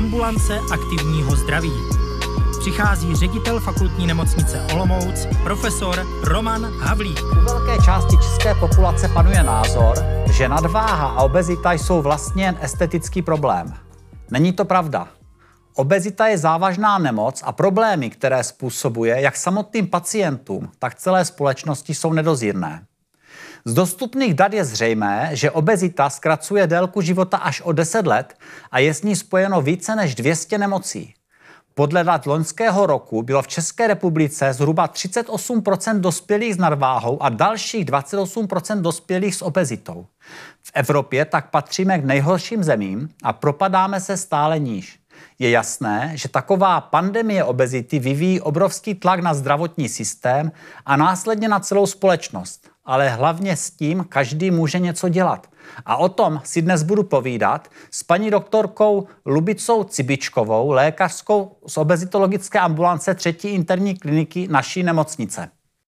Ambulance aktivního zdraví. Přichází ředitel fakultní nemocnice Olomouc, profesor Roman Havlík. U velké části české populace panuje názor, že nadváha a obezita jsou vlastně jen estetický problém. Není to pravda. Obezita je závažná nemoc a problémy, které způsobuje jak samotným pacientům, tak celé společnosti, jsou nedozírné. Z dostupných dat je zřejmé, že obezita zkracuje délku života až o 10 let a je s ní spojeno více než 200 nemocí. Podle dat loňského roku bylo v České republice zhruba 38% dospělých s nadváhou a dalších 28% dospělých s obezitou. V Evropě tak patříme k nejhorším zemím a propadáme se stále níž. Je jasné, že taková pandemie obezity vyvíjí obrovský tlak na zdravotní systém a následně na celou společnost. Ale hlavně s tím každý může něco dělat. A o tom si dnes budu povídat s paní doktorkou Lubicou Cibičkovou, lékařskou z obezitologické ambulance 3. interní kliniky naší nemocnice.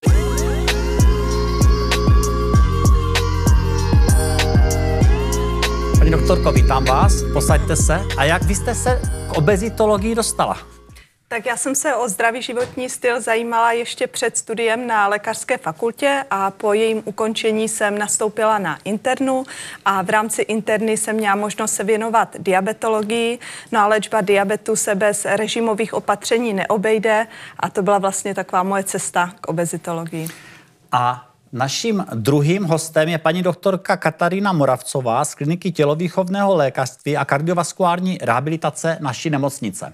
Paní doktorko, vítám vás, posaďte se. A jak vy jste se k obezitologii dostala? Tak já jsem se o zdravý životní styl zajímala ještě před studiem na lékařské fakultě a po jejím ukončení jsem nastoupila na internu a v rámci interny jsem měla možnost se věnovat diabetologii. No a léčba diabetu se bez režimových opatření neobejde a to byla vlastně taková moje cesta k obezitologii. A naším druhým hostem je paní doktorka Katarína Moravcová z kliniky tělovýchovného lékařství a kardiovaskulární rehabilitace naší nemocnice.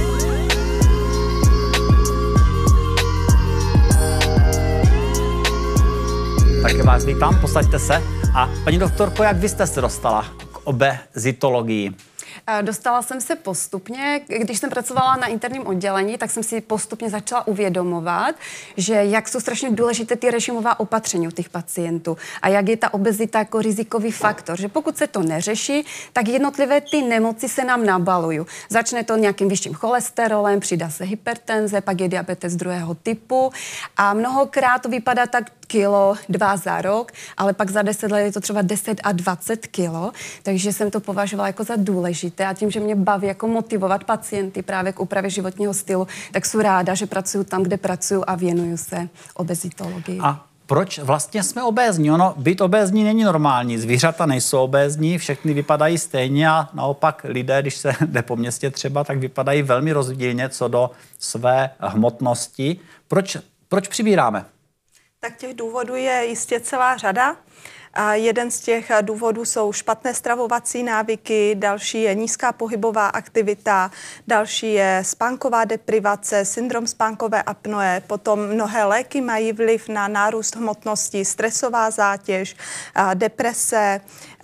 Také vás vítám, posaďte se. A paní doktorko, jak vy jste se dostala k obezitologii? Dostala jsem se postupně, když jsem pracovala na interním oddělení, tak jsem si postupně začala uvědomovat, že jak jsou strašně důležité ty režimová opatření u těch pacientů a jak je ta obezita jako rizikový faktor, že pokud se to neřeší, tak jednotlivé ty nemoci se nám nabalují. Začne to nějakým vyšším cholesterolem, přidá se hypertenze, pak je diabetes druhého typu a mnohokrát to vypadá tak kilo, 2 za rok, ale pak za 10 let je to třeba 10 a 20 kilo, takže jsem to považovala jako za důležité a tím, že mě baví jako motivovat pacienty právě k úpravě životního stylu, tak jsem ráda, že pracuji tam, kde pracuji a věnuju se obezitologii. A proč vlastně jsme obézní? Ono, být obézní není normální. Zvířata nejsou obézní, všechny vypadají stejně a naopak lidé, když se jde po městě třeba, tak vypadají velmi rozdílně co do své hmotnosti. Proč přibíráme? Tak těch důvodů je jistě celá řada. A jeden z těch důvodů jsou špatné stravovací návyky, další je nízká pohybová aktivita, další je spánková deprivace, syndrom spánkové apnoe, potom mnohé léky mají vliv na nárůst hmotnosti, stresová zátěž, deprese,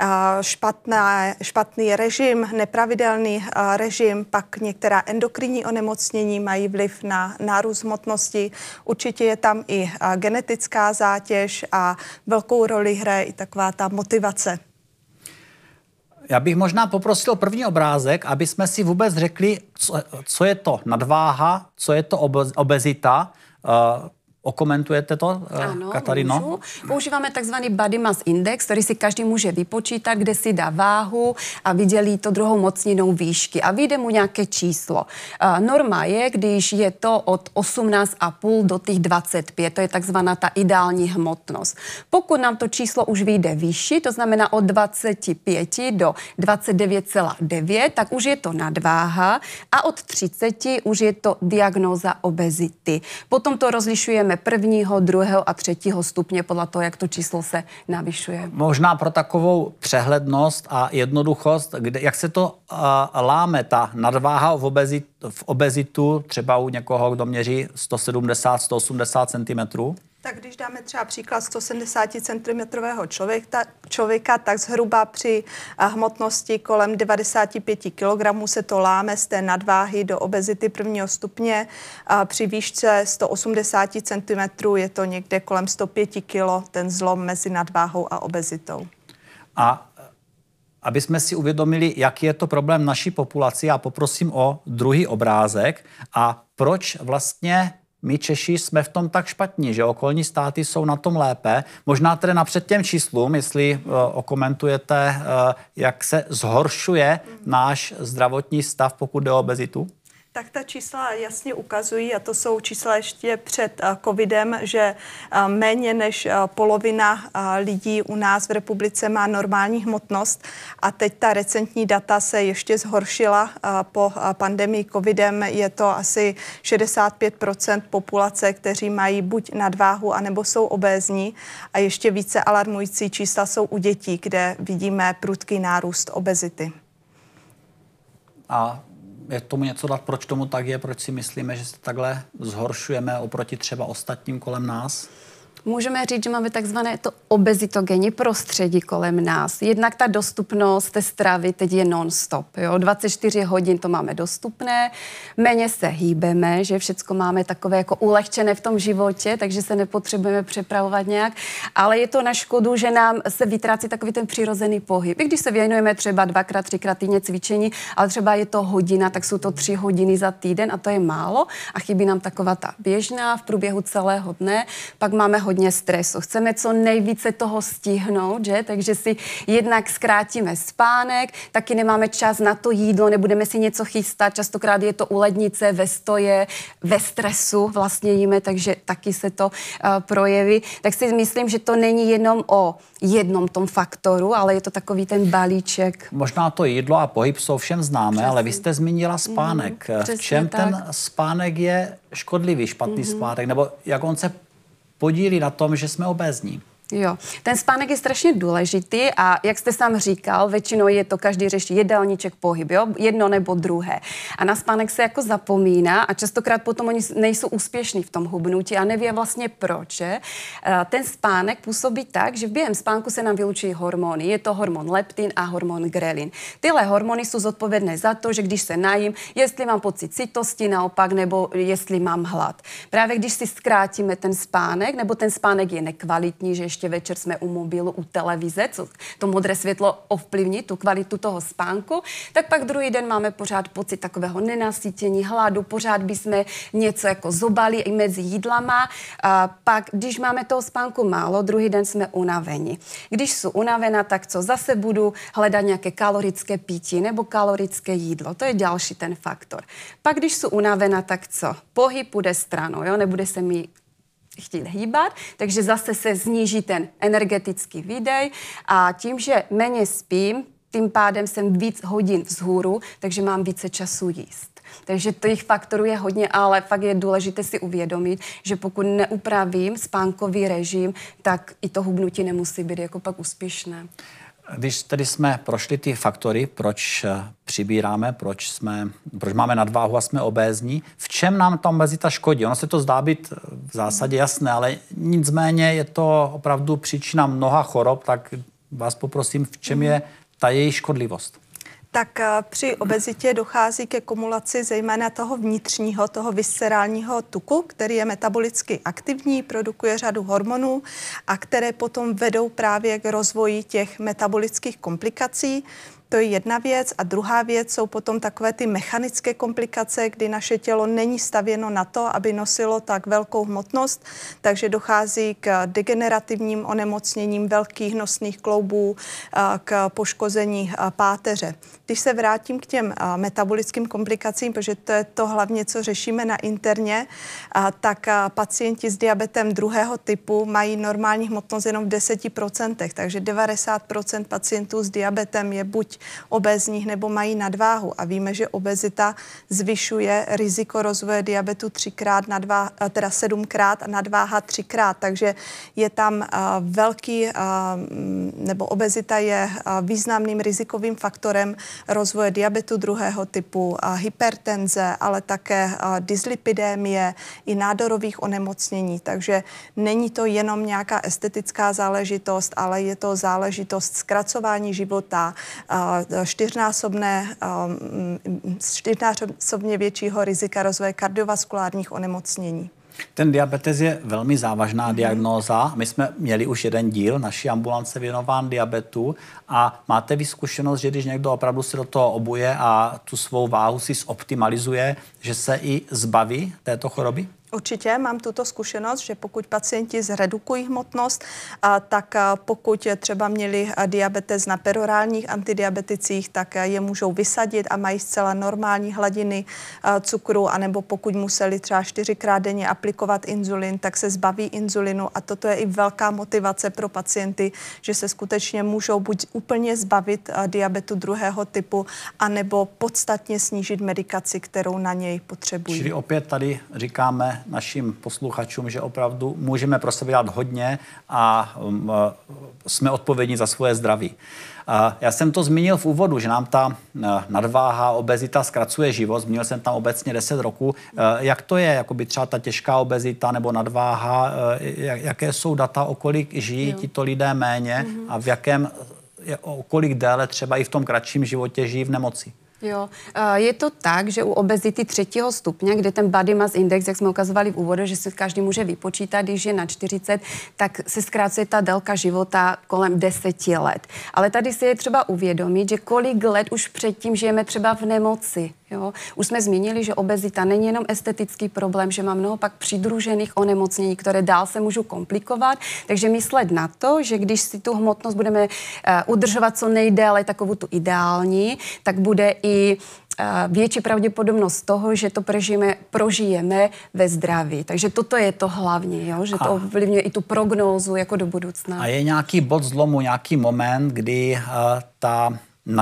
špatný režim, nepravidelný režim, pak některá endokrinní onemocnění mají vliv na nárůst hmotnosti. Určitě je tam i genetická zátěž a velkou roli hraje i taková ta motivace. Já bych možná poprosil první obrázek, aby jsme si vůbec řekli, co je to nadváha, co je to obezita. Okomentujete to, Kataríno? Ano, můžu. Používáme takzvaný Body Mass Index, který si každý může vypočítat, kde si dá váhu a vydělí to druhou mocninou výšky a vyjde mu nějaké číslo. Norma je, když je to od 18,5 do těch 25, to je takzvaná ta ideální hmotnost. Pokud nám to číslo už vyjde výšší, to znamená od 25 do 29,9, tak už je to nadváha a od 30 už je to diagnóza obezity. Potom to rozlišujeme 1., 2. a 3. stupně podle toho, jak to číslo se navyšuje. Možná pro takovou přehlednost a jednoduchost, jak se to láme, ta nadváha v obezitu, třeba u někoho, kdo měří 170-180 cm? Tak když dáme třeba příklad 170 cm člověka, tak zhruba při hmotnosti kolem 95 kg se to láme z té nadváhy do obezity 1. stupně. A při výšce 180 cm je to někde kolem 105 kg, ten zlom mezi nadváhou a obezitou. A aby jsme si uvědomili, jaký je to problém naší populaci, já poprosím o druhý obrázek a proč vlastně my Češi jsme v tom tak špatní, že okolní státy jsou na tom lépe. Možná tedy napřed těm číslům, jestli okomentujete, jak se zhoršuje náš zdravotní stav, pokud jde o obezitu? Tak ta čísla jasně ukazují, a to jsou čísla ještě před covidem, že méně než polovina lidí u nás v republice má normální hmotnost a teď ta recentní data se ještě zhoršila po pandemii covidem. Je to asi 65% populace, kteří mají buď nadváhu, anebo jsou obézní a ještě více alarmující čísla jsou u dětí, kde vidíme prudký nárůst obezity. A je tomu něco dát, proč tomu tak je, proč si myslíme, že se takhle zhoršujeme oproti třeba ostatním kolem nás? Můžeme říct, že máme takzvané to obezitogenní prostředí kolem nás. Jednak ta dostupnost té stravy teď je non-stop. Jo? 24 hodin to máme dostupné, méně se hýbeme, že všecko máme takové jako ulehčené v tom životě, takže se nepotřebujeme přepravovat nějak, ale je to na škodu, že nám se vytrácí takový ten přirozený pohyb. I když se věnujeme třeba 2x, 3x týdně cvičení, ale třeba je to hodina, tak jsou to 3 hodiny za týden a to je málo a chybí nám taková ta běžná v průběhu celého dne. Pak máme hodně stresu. Chceme co nejvíce toho stihnout, že? Takže si jednak zkrátíme spánek, taky nemáme čas na to jídlo, nebudeme si něco chystat, častokrát je to u lednice, ve stoje, ve stresu vlastně jíme, takže taky se to projeví. Tak si myslím, že to není jenom o jednom tom faktoru, ale je to takový ten balíček. Možná to jídlo a pohyb jsou všem známé, ale vy jste zmínila spánek. V čem tak ten spánek je škodlivý, špatný spánek, nebo jak on se podílí na tom, že jsme obézní? Jo, ten spánek je strašně důležitý a jak jste sám říkal, většinou je to, každý řeší jídelníček, pohyb, jo? Jedno nebo druhé. A na spánek se jako zapomíná a častokrát potom oni nejsou úspěšní v tom hubnutí a neví vlastně proč. Ten spánek působí tak, že během spánku se nám vylučují hormony. Je to hormon leptin a hormon grelin. Tyhle hormony jsou zodpovědné za to, že když se najím, jestli mám pocit sytosti naopak, nebo jestli mám hlad. Právě když si zkrátíme ten spánek, nebo ten spánek je nekvalitní, že ještě večer jsme u mobilu, u televize, co to modré světlo ovplyvní tu kvalitu toho spánku, tak pak druhý den máme pořád pocit takového nenasytění, hladu, pořád bychom něco jako zobali i mezi jídlama. A pak, když máme toho spánku málo, druhý den jsme unaveni. Když jsou unavená, tak co? Zase budu hledat nějaké kalorické pití nebo kalorické jídlo. To je další ten faktor. Pak, když jsou unavená, tak co? Pohyb půjde stranou, jo? Nebude se mi chtít hýbat, takže zase se sníží ten energetický výdej a tím, že méně spím, tím pádem jsem víc hodin vzhůru, takže mám více času jíst. Takže těch faktorů je hodně, ale fakt je důležité si uvědomit, že pokud neupravím spánkový režim, tak i to hubnutí nemusí být jako pak úspěšné. Když tedy jsme prošli ty faktory, proč přibíráme, proč máme nadváhu a jsme obézní, v čem nám ta obezita škodí? Ono se to zdá být v zásadě jasné, ale nicméně je to opravdu příčina mnoha chorob, tak vás poprosím, v čem je ta její škodlivost? Tak při obezitě dochází ke kumulaci zejména toho vnitřního, toho viscerálního tuku, který je metabolicky aktivní, produkuje řadu hormonů a které potom vedou právě k rozvoji těch metabolických komplikací. To je jedna věc. A druhá věc jsou potom takové ty mechanické komplikace, kdy naše tělo není stavěno na to, aby nosilo tak velkou hmotnost, takže dochází k degenerativním onemocněním velkých nosných kloubů, k poškození páteře. Když se vrátím k těm metabolickým komplikacím, protože to je to hlavně, co řešíme na interně, tak pacienti s diabetem druhého typu mají normální hmotnost jenom v 10%, takže 90% pacientů s diabetem je buď obézních nebo mají nadváhu. A víme, že obezita zvyšuje riziko rozvoje diabetu 7krát a nadváha 3krát. Takže je tam nebo obezita je významným rizikovým faktorem rozvoje diabetu druhého typu, hypertenze, ale také dyslipidémie i nádorových onemocnění. Takže není to jenom nějaká estetická záležitost, ale je to záležitost zkracování života, čtyřnásobně většího rizika rozvoje kardiovaskulárních onemocnění. Ten diabetes je velmi závažná diagnóza. My jsme měli už jeden díl naší ambulance věnován diabetu a máte vy zkušenost, že když někdo opravdu se do toho obuje a tu svou váhu si zoptimalizuje, že se i zbaví této choroby? Určitě mám tuto zkušenost, že pokud pacienti zredukují hmotnost, tak pokud třeba měli diabetes na perorálních antidiabeticích, tak je můžou vysadit a mají zcela normální hladiny cukru, anebo pokud museli třeba 4krát denně aplikovat inzulin, tak se zbaví inzulinu a toto je i velká motivace pro pacienty, že se skutečně můžou buď úplně zbavit diabetu druhého typu, anebo podstatně snížit medikaci, kterou na něj potřebují. Čili opět tady říkáme našim posluchačům, že opravdu můžeme pro sebe dělat hodně a jsme odpovědní za svoje zdraví. Já jsem to zmínil v úvodu, že nám ta nadváha, obezita zkracuje život. Zmínil jsem tam obecně 10 roků. Jak to je, jakoby třeba ta těžká obezita nebo nadváha? Jaké jsou data, o kolik žijí tito lidé méně a v jakém, o kolik déle třeba i v tom kratším životě žijí v nemoci? Jo, je to tak, že u obezity 3. stupně, kde ten body mass index, jak jsme ukazovali v úvodu, že si každý může vypočítat, když je na 40, tak se zkracuje ta délka života kolem 10 let. Ale tady si je třeba uvědomit, že kolik let už předtím žijeme třeba v nemoci. Jo? Už jsme zmínili, že obezita není jenom estetický problém, že má mnoho pak přidružených onemocnění, které dál se můžou komplikovat. Takže myslet na to, že když si tu hmotnost budeme udržovat co nejdéle, takovou tu ideální, tak bude i větší pravděpodobnost toho, že to prožijeme ve zdraví. Takže toto je to hlavní, jo? Že to ovlivňuje i tu prognózu jako do budoucna. A je nějaký bod zlomu, nějaký moment, kdy ta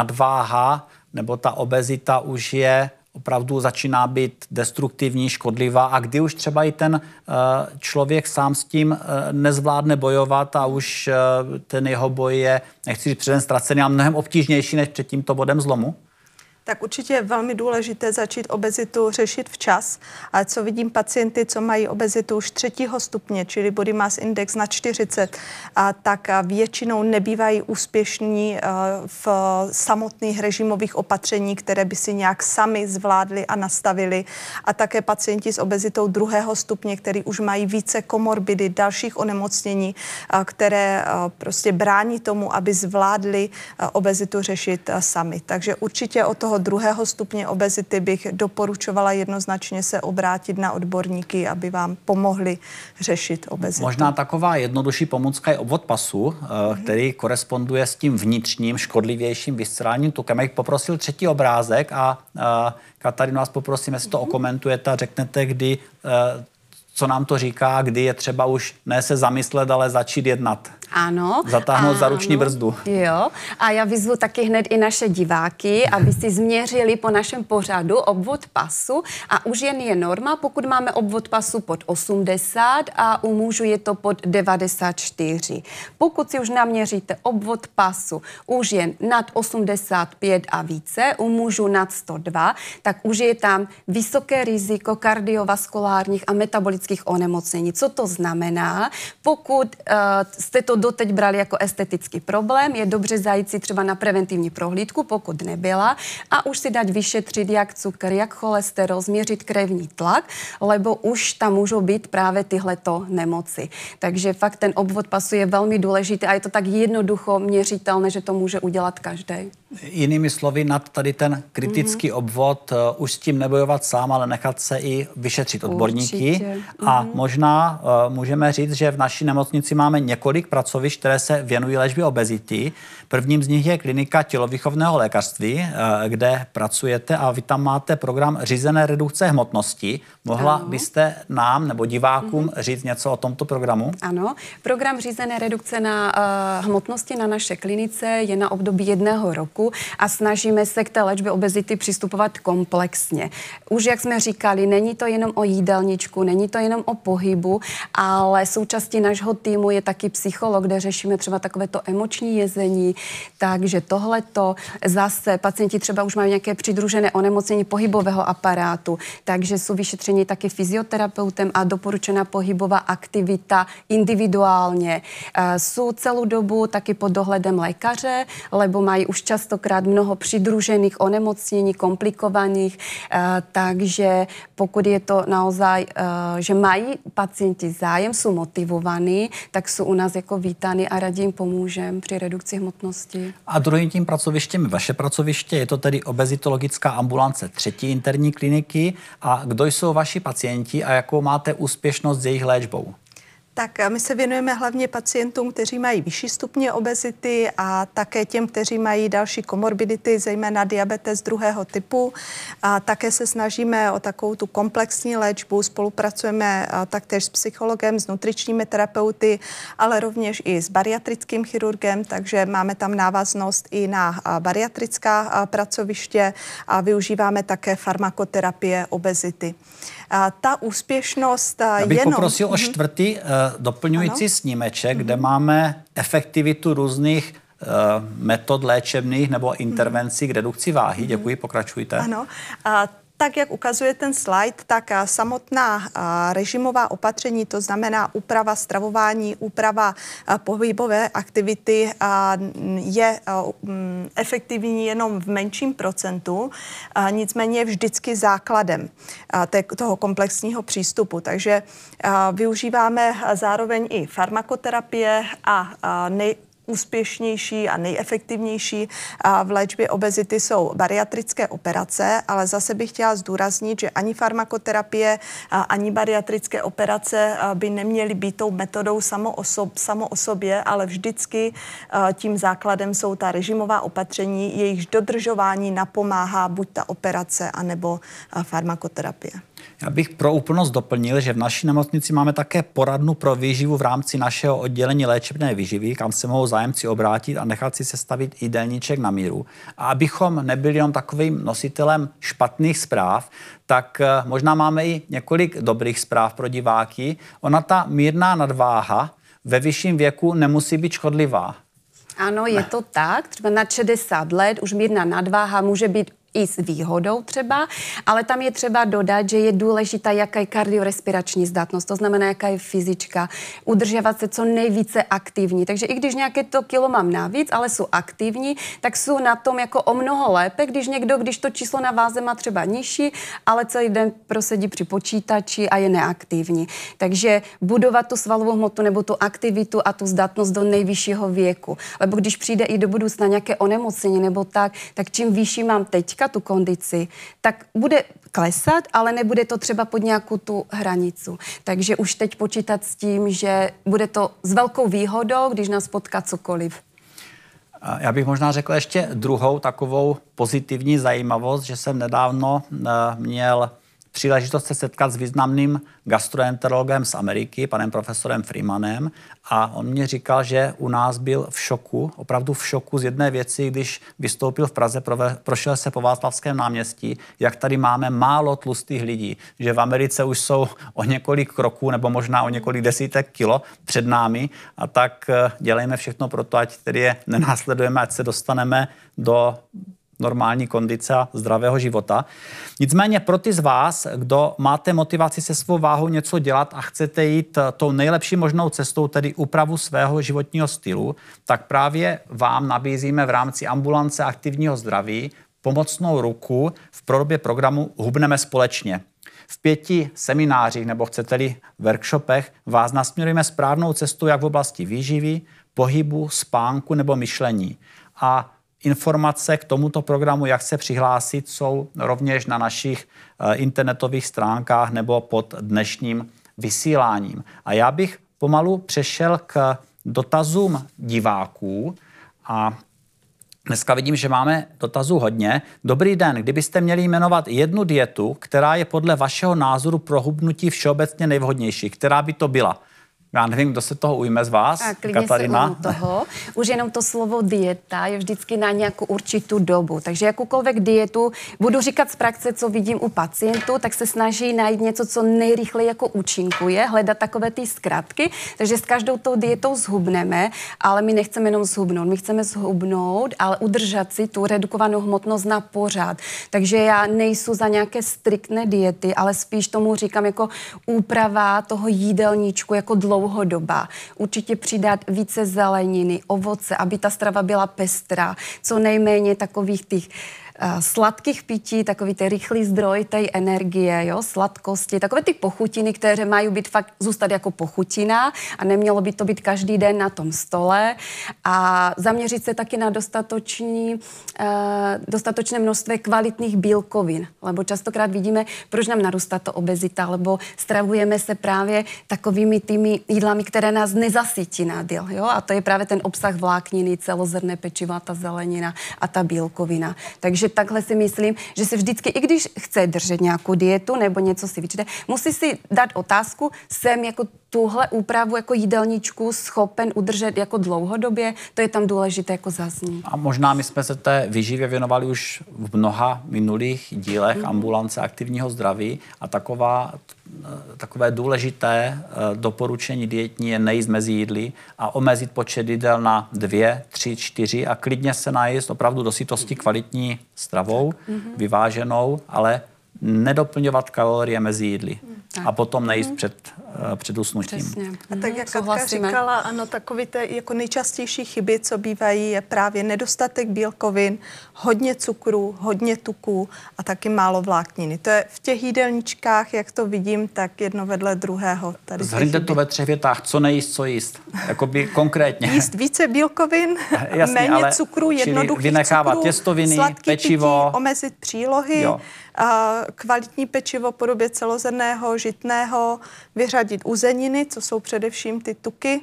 nadváha nebo ta obezita už je opravdu začíná být destruktivní, škodlivá a kdy už třeba i ten člověk sám s tím nezvládne bojovat a už ten jeho boj je, nechci říct předem ztracený, ale mnohem obtížnější než před tímto bodem zlomu? Tak určitě je velmi důležité začít obezitu řešit včas. Ale co vidím pacienty, co mají obezitu už 3. stupně, čili body mass index na 40, tak většinou nebývají úspěšní v samotných režimových opatření, které by si nějak sami zvládli a nastavili. A také pacienti s obezitou 2. stupně, který už mají více komorbidy, dalších onemocnění, které prostě brání tomu, aby zvládli obezitu řešit sami. Takže určitě od toho 2. stupně obezity bych doporučovala jednoznačně se obrátit na odborníky, aby vám pomohli řešit obezitu. Možná taková jednodušší pomůcka je obvod pasu, který koresponduje s tím vnitřním, škodlivějším viscerálním tukem. Já bych poprosil 3. obrázek a Katarínu, vás poprosím, jestli to okomentujete a řeknete, kdy, co nám to říká, kdy je třeba už ne se zamyslet, ale začít jednat. Ano. Zatáhnout za ruční brzdu. Jo. A já vyzvu taky hned i naše diváky, aby si změřili po našem pořadu obvod pasu. A u žen je norma, pokud máme obvod pasu pod 80 a u mužů je to pod 94. Pokud si už naměříte obvod pasu u žen nad 85 a více, u mužů nad 102, tak už je tam vysoké riziko kardiovaskulárních a metabolických onemocnění. Co to znamená? Pokud jste to doteď brali jako estetický problém, je dobře zajít si třeba na preventivní prohlídku, pokud nebyla, a už si dať vyšetřit jak cukr, jak cholesterol, změřit krevní tlak, lebo už tam můžou být právě tyhleto nemoci. Takže fakt ten obvod pasu je velmi důležitý a je to tak jednoducho měřitelné, že to může udělat každý. Jinými slovy, nad tady ten kritický obvod už s tím nebojovat sám, ale nechat se i vyšetřit odborníky. Určitě. A možná můžeme říct, že v naší nemocnici máme několik pracovišť, které se věnují léčbě obezity. Prvním z nich je klinika tělovýchovného lékařství, kde pracujete a vy tam máte program řízené redukce hmotnosti. Mohla byste nám nebo divákům říct něco o tomto programu? Ano, program řízené redukce na hmotnosti na naše klinice je na období 1 roku a snažíme se k té léčbě obezity přistupovat komplexně. Už jak jsme říkali, není to jenom o jídelníčku, není to jenom o pohybu, ale součástí našeho týmu je taky psycholog, kde řešíme třeba takovéto emoční jezení, takže tohleto zase pacienti třeba už mají nějaké přidružené onemocnění pohybového aparátu, takže jsou vyšetření taky fyzioterapeutem a doporučená pohybová aktivita individuálně. Jsou celou dobu taky pod dohledem lékaře, lebo mají už častokrát mnoho přidružených onemocnění, komplikovaných, takže pokud je to naozaj, že mají pacienti zájem, jsou motivovaní, tak jsou u nás jako vítaný a rádi jim pomůžeme při redukci hmotnosti. A druhým tím pracovištěm, vaše pracoviště, je to tedy obezitologická ambulance 3. interní kliniky. A kdo jsou vaši pacienti a jakou máte úspěšnost s jejich léčbou? Tak my se věnujeme hlavně pacientům, kteří mají vyšší stupně obezity a také těm, kteří mají další komorbidity, zejména diabetes 2. typu. A také se snažíme o takovou tu komplexní léčbu, spolupracujeme taktéž s psychologem, s nutričními terapeuty, ale rovněž i s bariatrickým chirurgem, takže máme tam návaznost i na bariatrická pracoviště a využíváme také farmakoterapie obezity. Ta úspěšnost Já bych poprosil o 4. doplňující snímeček, kde máme efektivitu různých metod léčebných nebo intervencí k redukci váhy. Děkuji, pokračujte. Ano. Tak, jak ukazuje ten slide, tak samotná režimová opatření, to znamená úprava stravování, úprava pohybové aktivity, je efektivní jenom v menším procentu, nicméně je vždycky základem toho komplexního přístupu. Takže využíváme zároveň i farmakoterapie a úspěšnější a nejefektivnější v léčbě obezity jsou bariatrické operace, ale zase bych chtěla zdůraznit, že ani farmakoterapie, ani bariatrické operace by neměly být tou metodou samo o sobě, ale vždycky tím základem jsou ta režimová opatření, jejichž dodržování napomáhá buď ta operace, anebo farmakoterapie. Já bych pro úplnost doplnil, že v naší nemocnici máme také poradnu pro výživu v rámci našeho oddělení léčebné výživy, kam se mohou zájemci obrátit a nechat si sestavit jídelníček na míru. A abychom nebyli jenom takovým nositelem špatných zpráv, tak možná máme i několik dobrých zpráv pro diváky. Ona ta mírná nadváha ve vyšším věku nemusí být škodlivá. Ano, je to tak. Třeba na 60 let už mírná nadváha může být i s výhodou třeba, ale tam je třeba dodat, že je důležitá, jaká je kardiorespirační zdatnost, to znamená, jaká je fyzička, udržovat se co nejvíce aktivní. Takže i když nějaké to kilo mám navíc, ale jsou aktivní, tak jsou na tom jako o mnoho lépe, když to číslo na váze má třeba nižší, ale celý den prosedí při počítači a je neaktivní. Takže budovat tu svalovou hmotu nebo tu aktivitu a tu zdatnost do nejvyššího věku. Lebo když přijde i do budoucna nějaké onemocnění nebo tak čím vyšší mám teďka tu kondici, tak bude klesat, ale nebude to třeba pod nějakou tu hranicu. Takže už teď počítat s tím, že bude to s velkou výhodou, když nás potká cokoliv. Já bych možná řekl ještě druhou takovou pozitivní zajímavost, že jsem nedávno měl příležitost se setkat s významným gastroenterologem z Ameriky, panem profesorem Freemanem, a on mě říkal, že u nás byl v šoku, opravdu v šoku z jedné věci, když vystoupil v Praze, prošel se po Václavském náměstí, jak tady máme málo tlustých lidí, že v Americe už jsou o několik kroků nebo možná o několik desítek kilo před námi, a tak dělejme všechno pro to, ať tedy je nenásledujeme, ať se dostaneme do normální kondice a zdravého života. Nicméně pro ty z vás, kdo máte motivaci se svou váhou něco dělat a chcete jít tou nejlepší možnou cestou, tedy úpravu svého životního stylu, tak právě vám nabízíme v rámci ambulance aktivního zdraví pomocnou ruku v podobě programu Hubneme společně. V 5 seminářích nebo chcete-li workshopech vás nasměrujeme správnou cestou jak v oblasti výživy, pohybu, spánku nebo myšlení. A informace k tomuto programu, jak se přihlásit, jsou rovněž na našich internetových stránkách nebo pod dnešním vysíláním. A já bych pomalu přešel k dotazům diváků a dneska vidím, že máme dotazů hodně. Dobrý den, kdybyste měli jmenovat jednu dietu, která je podle vašeho názoru pro hubnutí všeobecně nejvhodnější, která by to byla? Já nevím, kdo se toho ujme z vás, Katarína. Toho. Už jenom to slovo dieta je vždycky na nějakou určitou dobu. Takže jakoukoliv dietu, budu říkat z praxe, co vidím u pacientů, tak se snaží najít něco, co nejrychleji jako účinkuje, hledat takové ty zkratky. Takže s každou tou dietou zhubneme, ale my nechceme jenom zhubnout. My chceme zhubnout, ale udržet si tu redukovanou hmotnost na pořád. Takže já nejsou za nějaké striktné diety, ale spíš tomu říkám jako úprava toho jídelníčku, jako dlouhodobá. Určitě přidat více zeleniny, ovoce, aby ta strava byla pestrá, co nejméně takových těch sladkých pití, takový ten rychlý zdroj té energie, jo, sladkosti, takové ty pochutiny, které mají být fakt zůstat jako pochutina a nemělo by to být každý den na tom stole a zaměřit se taky na dostatečné množství kvalitných bílkovin, lebo častokrát vidíme, proč nám narůstá to obezita, lebo stravujeme se právě takovými tými jídlami, které nás nezasytí nádil, jo, a to je právě ten obsah vlákniny, celozrnné pečiva, ta zelenina a ta bílkovina. Takže takhle si myslím, že se vždycky, i když chce držet nějakou dietu nebo něco si vyčte, musí si dát otázku, jsem jako tuhle úpravu jako jídelníčku schopen udržet jako dlouhodobě, to je tam důležité jako zaznít. A možná my jsme se té výživě věnovali už v mnoha minulých dílech ambulance aktivního zdraví a takové důležité doporučení dietní je nejíst mezi jídly a omezit počet jídel na 2, 3, 4 a klidně se najíst opravdu do sytosti kvalitní stravou, vyváženou, ale nedoplňovat kalorie mezi jídly. A potom nejíst před usnutím. Přesně. A tak jak Katka říkala, ano, takové ty jako nejčastější chyby, co bývají, je právě nedostatek bílkovin, hodně cukru, hodně tuků a taky málo vlákniny. To je v těch jídelníčkách, jak to vidím, tak jedno vedle druhého. Zhrňte to ve 3 větách, co nejíst, co jíst. Jakoby konkrétně. Jíst více bílkovin, méně cukru, jednoduchých vynechávat těstoviny, pečivo. Pití, omezit přílohy, kvalitní pečivo v podobě celozrnného, žitného, vyřadit uzeniny, co jsou především ty tuky,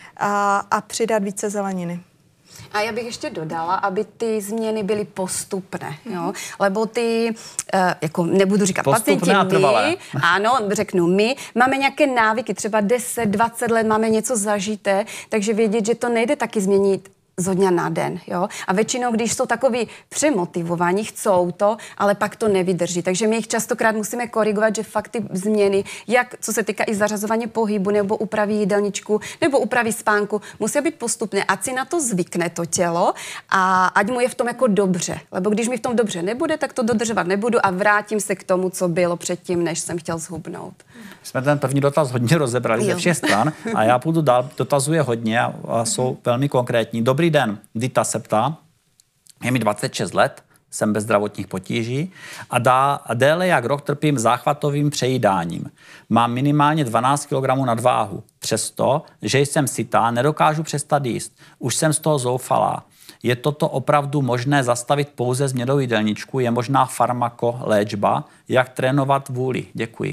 a přidat více zeleniny. A já bych ještě dodala, aby ty změny byly postupné, jo? Lebo ty, jako nebudu říkat pacienti, my, ano, řeknu my, máme nějaké návyky, třeba 10, 20 let máme něco zažité, takže vědět, že to nejde taky změnit zo dňa na den, jo? A většinou, když jsou takový přemotivovaní, chcou to, ale pak to nevydrží. Takže my jich častokrát musíme korigovat, že fakt ty změny, jak co se týká i zařazování pohybu, nebo úpravy jídelníčku, nebo úpravy spánku, musí být postupné, ať si na to zvykne to tělo a ať mu je v tom jako dobře. Lebo když mi v tom dobře nebude, tak to dodržovat nebudu a vrátím se k tomu, co bylo předtím, než jsem chtěl zhubnout. Jsme ten první dotaz hodně rozebrali ze všech stran a já půjdu dál, dotazuje hodně a jsou velmi konkrétní. Dobrý den, Dita se ptá, je mi 26 let, jsem bez zdravotních potíží a déle jak rok trpím záchvatovým přejídáním. Mám minimálně 12 kg nadváhu. Přesto, že jsem sytá, nedokážu přestat jíst. Už jsem z toho zoufalá. Je toto opravdu možné zastavit pouze změnou jídelníčku? Je možná farmakoléčba? Jak trénovat vůli? Děkuji.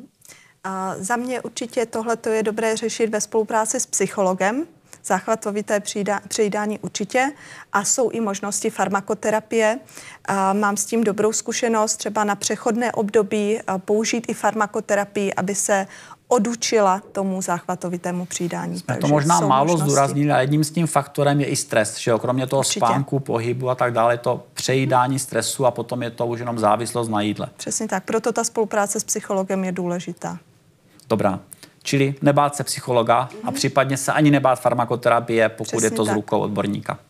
A za mě určitě tohleto je dobré řešit ve spolupráci s psychologem. Záchvatovité přejídání určitě a jsou i možnosti farmakoterapie. Mám s tím dobrou zkušenost, třeba na přechodné období použít i farmakoterapii, aby se odučila tomu záchvatovitému přijídání. Jsme to možná málo zdůraznili, ale jedním z tím faktorem je i stres, že jo? Kromě toho spánku, pohybu a tak dále, je to přejídání stresu a potom je to už jenom závislost na jídle. Přesně tak, proto ta spolupráce s psychologem je důležitá. Dobrá. Čili nebát se psychologa a případně se ani nebát farmakoterapie, pokud přesně je to z rukou odborníka.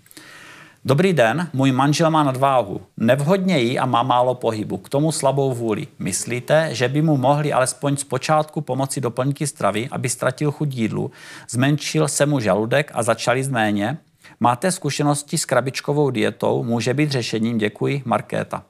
Dobrý den, můj manžel má nadváhu. Nevhodně jí a má málo pohybu. K tomu slabou vůli. Myslíte, že by mu mohli alespoň zpočátku pomoci doplňky stravy, aby ztratil chuť jídlu, zmenšil se mu žaludek a začal jíst méně? Máte zkušenosti s krabičkovou dietou? Může být řešením? Děkuji, Markéta.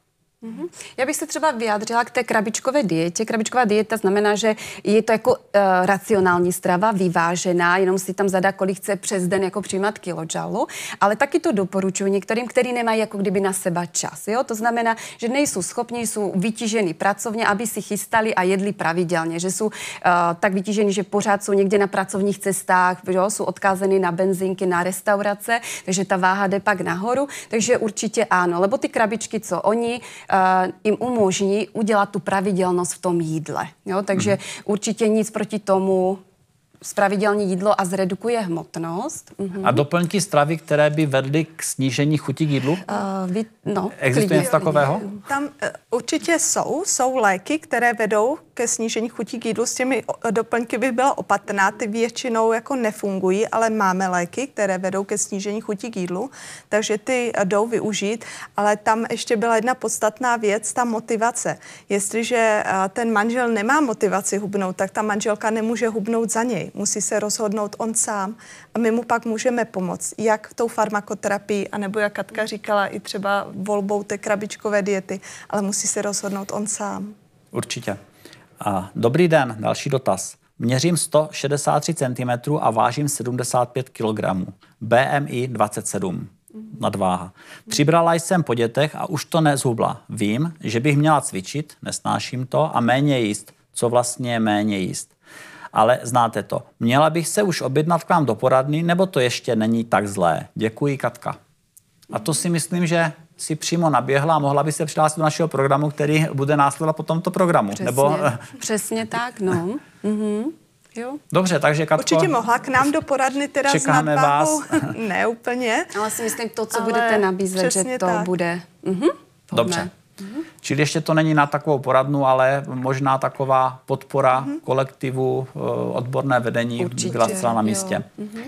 Já bych se třeba vyjádřila k té krabičkové dietě. Krabičková dieta znamená, že je to jako racionální strava, vyvážená, jenom si tam zadá, kolik chce přes den jako přijímat kilojoule, ale taky to doporučuji některým, kteří nemají jako kdyby na seba čas. Jo? To znamená, že nejsou schopni, jsou vytíženi pracovně, aby si chystali a jedli pravidelně, že jsou tak vytíženi, že pořád jsou někde na pracovních cestách, jo? Jsou odkázeny na benzínky, na restaurace, takže ta váha jde pak nahoru, takže určitě ano, lebo ty krabičky, co oni jim umožní udělat tu pravidelnost v tom jídle. Jo? Takže určitě nic proti tomu, pravidelní jídlo a zredukuje hmotnost. A doplňky stravy, které by vedly k snížení chuti k jídlu? Existuje něco takového? Tam určitě jsou léky, které vedou ke snížení chuti k jídlu. S těmi doplňky bych byla opatrná, ty většinou jako nefungují, ale máme léky, které vedou ke snížení chuti k jídlu, takže ty jdou využít, ale tam ještě byla jedna podstatná věc, ta motivace. Jestliže ten manžel nemá motivaci hubnout, tak ta manželka nemůže hubnout za něj. něj. Musí se rozhodnout on sám a my mu pak můžeme pomoct, jak tou farmakoterapii, anebo jak Katka říkala, i třeba volbou té krabičkové diety, ale musí se rozhodnout on sám. Určitě. Dobrý den, další dotaz. Měřím 163 cm a vážím 75 kg. BMI 27. Nadváha. Přibrala jsem po dětech a už to nezhubla. Vím, že bych měla cvičit, nesnáším to, a méně jíst. Co vlastně je méně jíst? Ale znáte to. Měla bych se už objednat k vám do poradny, nebo to ještě není tak zlé? Děkuji, Katka. A to si myslím, že si přímo naběhla a mohla by se přihlásit do našeho programu, který bude následovat po tomto programu. Přesně tak, no. Jo. Dobře, takže Katko... Určitě mohla k nám do poradny teda s nadváhou. Ne úplně. Ale si myslím, to, co budete nabízet, že to tak bude... Dobře. Čili ještě to není na takovou poradnu, ale možná taková podpora kolektivu, odborné vedení určitě byla zcela na místě.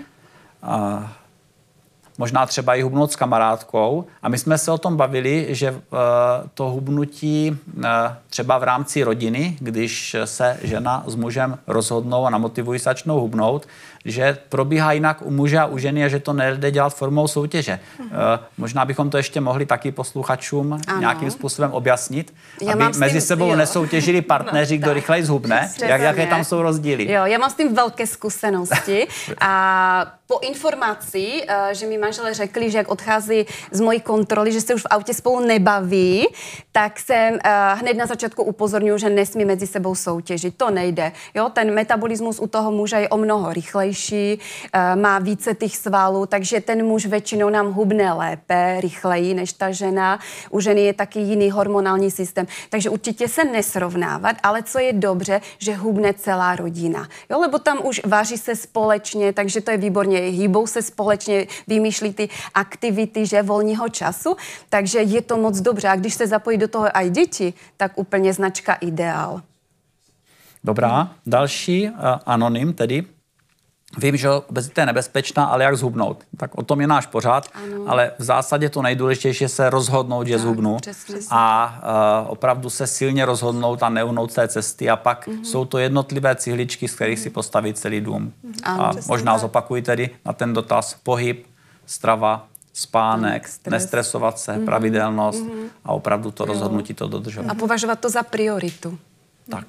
Možná třeba i hubnout s kamarádkou. A my jsme se o tom bavili, že to hubnutí třeba v rámci rodiny, když se žena s mužem rozhodnou a namotivují se, začnou hubnout, že probíhá jinak u muže a u ženy a že to nejde dělat formou soutěže. Možná bychom to ještě mohli taky posluchačům nějakým způsobem objasnit, aby mezi sebou nesoutěžili partneři, kdo rychleji zhubne. Jaké tam jsou rozdíly? Jo, já mám s tím velké zkušenosti a po informaci, že mi manželé řekli, že jak odchází z mojí kontroly, že se už v autě spolu nebaví, tak jsem hned na začátku upozorňuji, že nesmí mezi sebou soutěžit. To nejde. Jo, ten metabolismus u toho muže je o mnoho rychlejší, má více těch svalů, takže ten muž většinou nám hubne lépe, rychleji než ta žena. U ženy je taky jiný hormonální systém. Takže určitě se nesrovnávat, ale co je dobře, že hubne celá rodina. Jo, lebo tam už vaří se společně, takže to je výborně. Hýbou se společně, vymýšlí ty aktivity, že volního času, takže je to moc dobře. A když se zapojí do toho i děti, tak úplně značka ideál. Dobrá. Další anonym tedy. Vím, že obezita je nebezpečná, ale jak zhubnout? Tak o tom je náš pořád, ale v zásadě to nejdůležitější je se rozhodnout, že zhubnu a opravdu se silně rozhodnout a neuhnout z té cesty a pak jsou to jednotlivé cihličky, z kterých si postaví celý dům. A možná zopakuji tedy na ten dotaz pohyb, strava, spánek, nestresovat se, pravidelnost a opravdu to rozhodnutí to dodržovat. A považovat to za prioritu. Tak.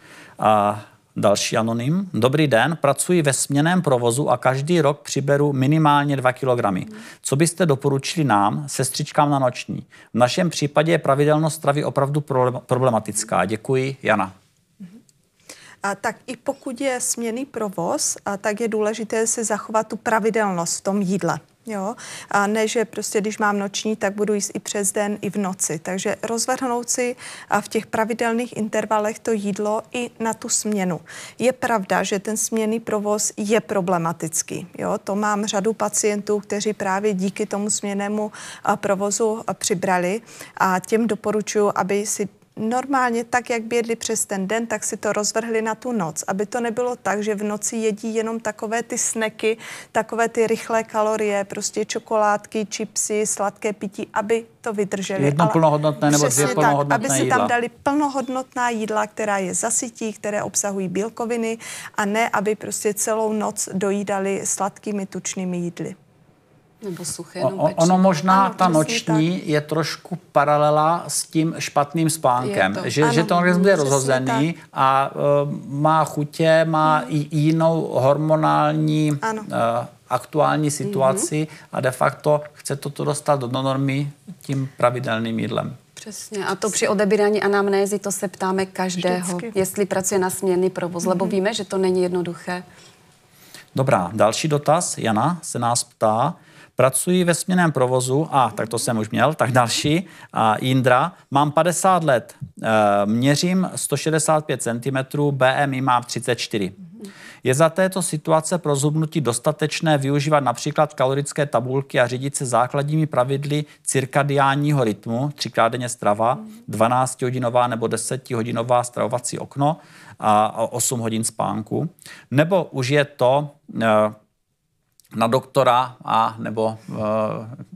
Další anonym. Dobrý den, pracuji ve směnném provozu a každý rok přiberu minimálně 2 kilogramy. Co byste doporučili nám, sestřičkám na noční? V našem případě je pravidelnost stravy opravdu problematická. Děkuji, Jana. Tak i pokud je směnný provoz, tak je důležité si zachovat tu pravidelnost v tom jídle. Jo? A ne, že prostě když mám noční, tak budu jíst i přes den, i v noci. Takže rozvrhnout si v těch pravidelných intervalech to jídlo i na tu směnu. Je pravda, že ten směnný provoz je problematický. Jo? To mám řadu pacientů, kteří právě díky tomu směnnému provozu přibrali a těm doporučuji, aby si normálně tak, jak by jedli přes ten den, tak si to rozvrhli na tu noc. Aby to nebylo tak, že v noci jedí jenom takové ty snacky, takové ty rychlé kalorie, prostě čokoládky, chipsy, sladké pití, aby to vydrželi. Jedno plnohodnotné nebo dvě plnohodnotné aby si tam dali plnohodnotná jídla, která je zasytí, které obsahují bílkoviny a ne, aby prostě celou noc dojídali sladkými tučnými jídly. Nebo suché, ono možná ta noční je trošku paralela s tím špatným spánkem. Že to organismus je rozhozený a má chutě, má i jinou hormonální aktuální situaci a de facto chce toto dostat do normy tím pravidelným jídlem. Přesně. A to při odebírání anamnézy to se ptáme každého, jestli pracuje na směnný provoz, lebo víme, že to není jednoduché. Dobrá, další dotaz. Jana se nás ptá. Pracuji ve směnném provozu, tak to jsem už měl, tak další. Jindra, mám 50 let, měřím 165 cm, BMI mám 34. Je za této situace pro zhubnutí dostatečné využívat například kalorické tabulky a řídit se základními pravidly cirkadiánního rytmu, 3x denně strava, 12hodinová nebo 10hodinová stravovací okno a 8 hodin spánku? Nebo už je to na doktora a nebo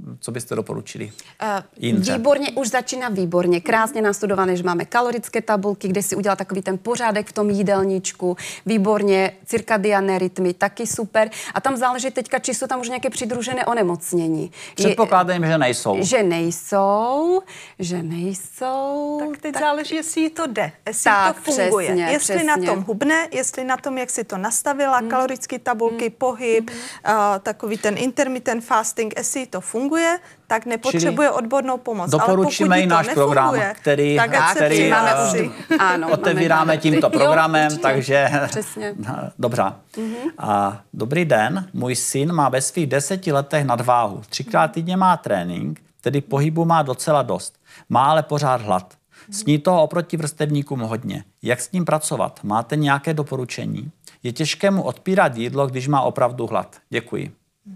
co byste doporučili? Výborně, už začíná výborně. Krásně nastudované, že máme kalorické tabulky, kde si udělá takový ten pořádek v tom jídelníčku. Výborně, cirkadiánné rytmy, taky super. A tam záleží teďka, či jsou tam už nějaké přidružené onemocnění. Předpokládám, že nejsou. Že nejsou. Tak teď záleží, jestli jí to jde, jestli to funguje. Přesně, jestli na tom hubne, jestli na tom, jak si to nastavila, kalorické tabulky, pohyb, takový ten intermittent fasting, jestli to funguje, tak nepotřebuje odbornou pomoc. Doporučíme i náš program, který otevíráme tímto programem, takže dobře. Dobrý den, můj syn má ve svých 10 letech nadváhu. 3krát týdně má trénink, tedy pohybu má docela dost. Má ale pořád hlad. Sní toho oproti vrstevníkům hodně. Jak s ním pracovat? Máte nějaké doporučení? Je těžké mu odpírat jídlo, když má opravdu hlad. Děkuji.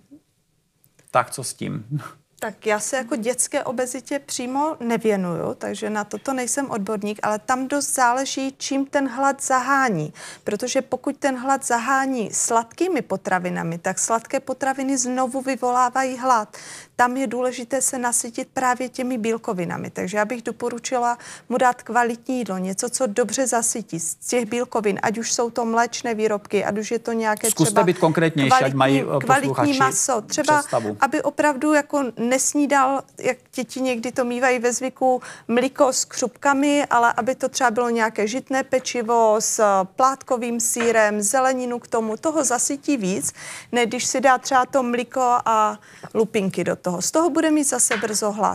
Tak co s tím? Tak já se jako dětské obezitě přímo nevěnuju, takže na toto nejsem odborník, ale tam dost záleží, čím ten hlad zahání. Protože pokud ten hlad zahání sladkými potravinami, tak sladké potraviny znovu vyvolávají hlad. Tam je důležité se nasytit právě těmi bílkovinami. Takže já bych doporučila mu dát kvalitní jídlo, něco, co dobře zasytí z těch bílkovin, ať už jsou to mléčné výrobky, ať už je to nějaké Zkuste být konkrétnější, ať mají kvalitní maso. Třeba, představu. aby opravdu jako nesnídal, jak děti někdy to mívají ve zvyku, mlíko s křupkami, ale aby to třeba bylo nějaké žitné pečivo s plátkovým sýrem, zeleninu k tomu, toho zasytí víc, než když si dá třeba to mlíko a lupinky do toho. Z toho bude mít zase brzo hlad.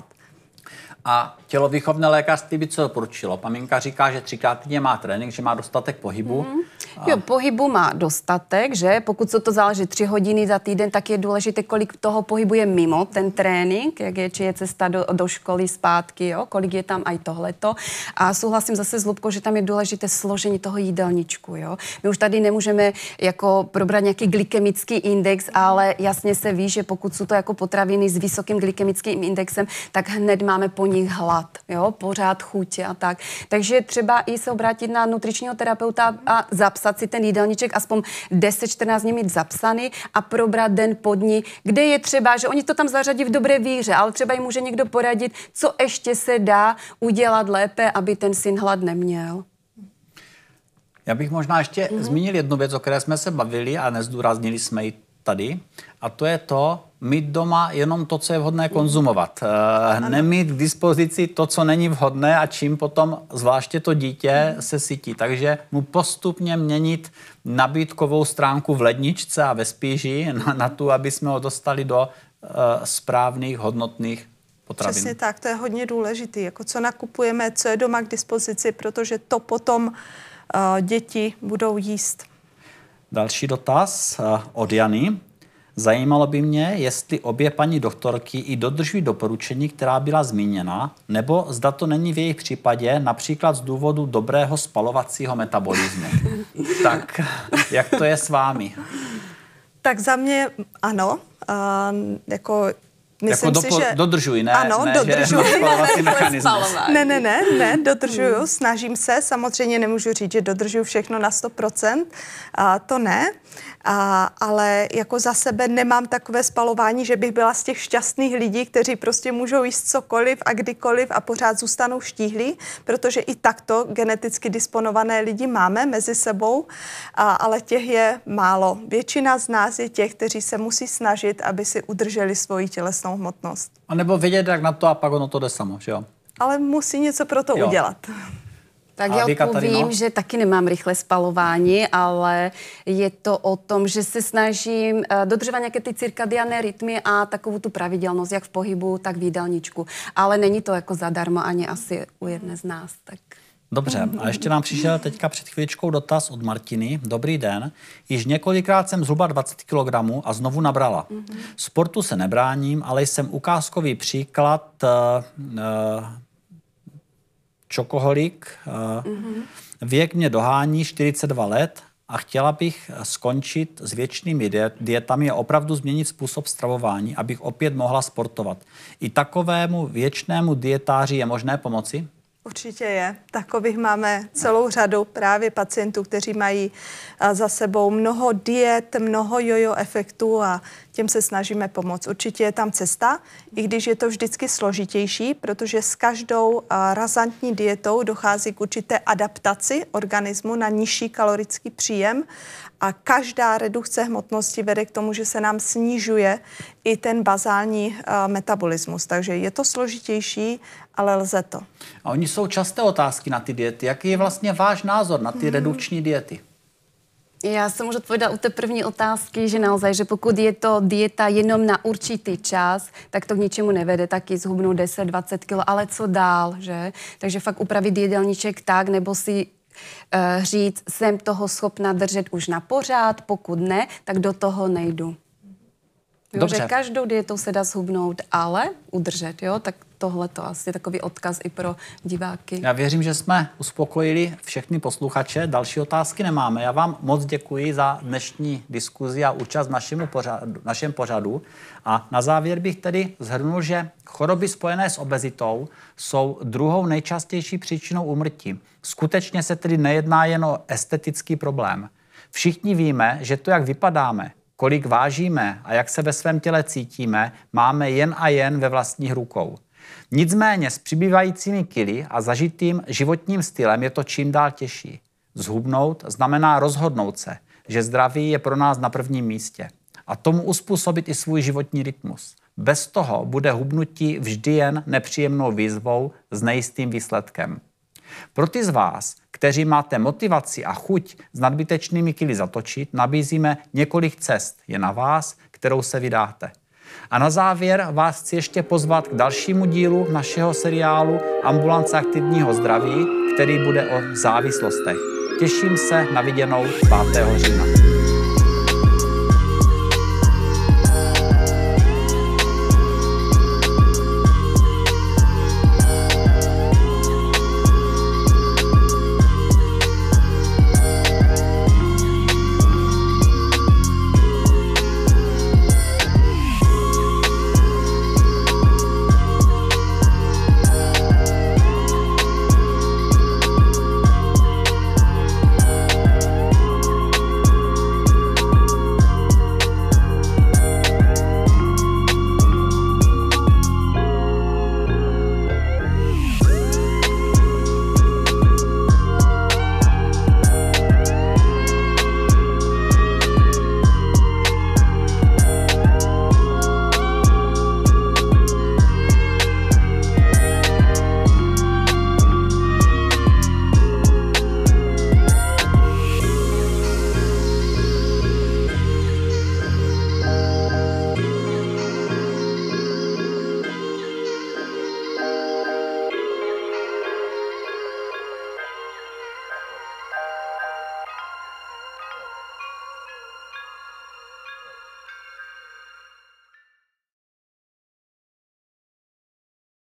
A tělovýchovné lékařství by co doporučilo? Maminka říká, že 3krát týdně má trénink, že má dostatek pohybu. Jo, pohybu má dostatek, že? Pokud se to záleží 3 hodiny za týden, tak je důležité, kolik toho pohybu je mimo ten trénink, jak je, či je cesta do školy zpátky, jo? Kolik je tam aj tohleto. A souhlasím zase s Lubkou, že tam je důležité složení toho jídelníčku, jo? My už tady nemůžeme jako probrat nějaký glykemický index, ale jasně se ví, že pokud jsou to jako potraviny s vysokým glykemickým indexem, tak hned máme po nich hlad, jo? Pořád chutě a tak. Takže třeba i se obrátit na nutričního terapeuta a zapsat si ten jídelníček, aspoň 10-14 dní mít zapsaný a probrat den po dní, kde je třeba, že oni to tam zařadí v dobré víře, ale třeba jim může někdo poradit, co ještě se dá udělat lépe, aby ten syn hlad neměl. Já bych možná ještě zmínil jednu věc, o které jsme se bavili a nezdůraznili jsme ji tady, a to je to, mít doma jenom to, co je vhodné konzumovat. Nemít k dispozici to, co není vhodné a čím potom zvláště to dítě se sytí. Takže mu postupně měnit nabídkovou stránku v ledničce a ve spíži na tu, aby jsme ho dostali do správných, hodnotných potravin. Přesně tak, to je hodně důležité. Jako co nakupujeme, co je doma k dispozici, protože to potom děti budou jíst. Další dotaz od Jany. Zajímalo by mě, jestli obě paní doktorky i dodržují doporučení, která byla zmíněna, nebo zda to není v jejich případě například z důvodu dobrého spalovacího metabolismu. Tak, jak to je s vámi? Tak za mě ano. Myslím si, že dodržuji, ne? Ano, dodržuji. Ne, dodržuju, snažím se. Samozřejmě nemůžu říct, že dodržuju všechno na 100%, to ne. Ale jako za sebe nemám takové spalování, že bych byla z těch šťastných lidí, kteří prostě můžou jíst cokoliv a kdykoliv a pořád zůstanou štíhlí, protože i takto geneticky disponované lidi máme mezi sebou, ale těch je málo. Většina z nás je těch, kteří se musí snažit, aby si udrželi svoji tělesnou hmotnost. A nebo vědět, jak na to, a pak ono to jde samo, že jo? Ale musí něco pro to udělat. Tak já povím, že taky nemám rychlé spalování, ale je to o tom, že se snažím dodržovat nějaké ty cirkadiánné rytmy a takovou tu pravidelnost, jak v pohybu, tak v jídelníčku. Ale není to jako zadarmo ani asi u jedné z nás. Tak. Dobře, a ještě nám přišel teďka před chvíličkou dotaz od Martiny. Dobrý den. Již několikrát jsem zhruba 20 kg a znovu nabrala. Sportu se nebráním, ale jsem ukázkový příklad čokoholik. Věk mě dohání 42 let a chtěla bych skončit s věčnými dietami a opravdu změnit způsob stravování, abych opět mohla sportovat. I takovému věčnému dietáři je možné pomoci? Určitě je. Takových máme celou řadu právě pacientů, kteří mají za sebou mnoho diet, mnoho jojo efektů a těm se snažíme pomoct. Určitě je tam cesta, i když je to vždycky složitější, protože s každou razantní dietou dochází k určité adaptaci organismu na nižší kalorický příjem a každá redukce hmotnosti vede k tomu, že se nám snižuje i ten bazální metabolismus. Takže je to složitější, ale lze to. A oni jsou časté otázky na ty diety. Jaký je vlastně váš názor na ty redukční diety? Já jsem už odpovědala u té první otázky, že naozaj, že pokud je to dieta jenom na určitý čas, tak to k ničemu nevede, taky zhubnout 10-20 kg, ale co dál, že? Takže fakt upravit jídelníček tak, nebo si říct, jsem toho schopna držet už na pořád, pokud ne, tak do toho nejdu. Jo, že každou dietou se dá zhubnout, ale udržet, jo, tak tohle to asi je takový odkaz i pro diváky. Já věřím, že jsme uspokojili všechny posluchače. Další otázky nemáme. Já vám moc děkuji za dnešní diskuzi a účast v našem pořadu. A na závěr bych tedy shrnul, že choroby spojené s obezitou jsou druhou nejčastější příčinou úmrtí. Skutečně se tedy nejedná jen o estetický problém. Všichni víme, že to, jak vypadáme, kolik vážíme a jak se ve svém těle cítíme, máme jen a jen ve vlastních rukou. Nicméně s přibývajícími kily a zažitým životním stylem je to čím dál těžší. Zhubnout znamená rozhodnout se, že zdraví je pro nás na prvním místě. A tomu uspůsobit i svůj životní rytmus. Bez toho bude hubnutí vždy jen nepříjemnou výzvou s nejistým výsledkem. Pro ty z vás, kteří máte motivaci a chuť s nadbytečnými kily zatočit, nabízíme několik cest. Je na vás, kterou se vydáte. A na závěr vás chci ještě pozvat k dalšímu dílu našeho seriálu Ambulance aktivního zdraví, který bude o závislostech. Těším se na viděnou 5. října.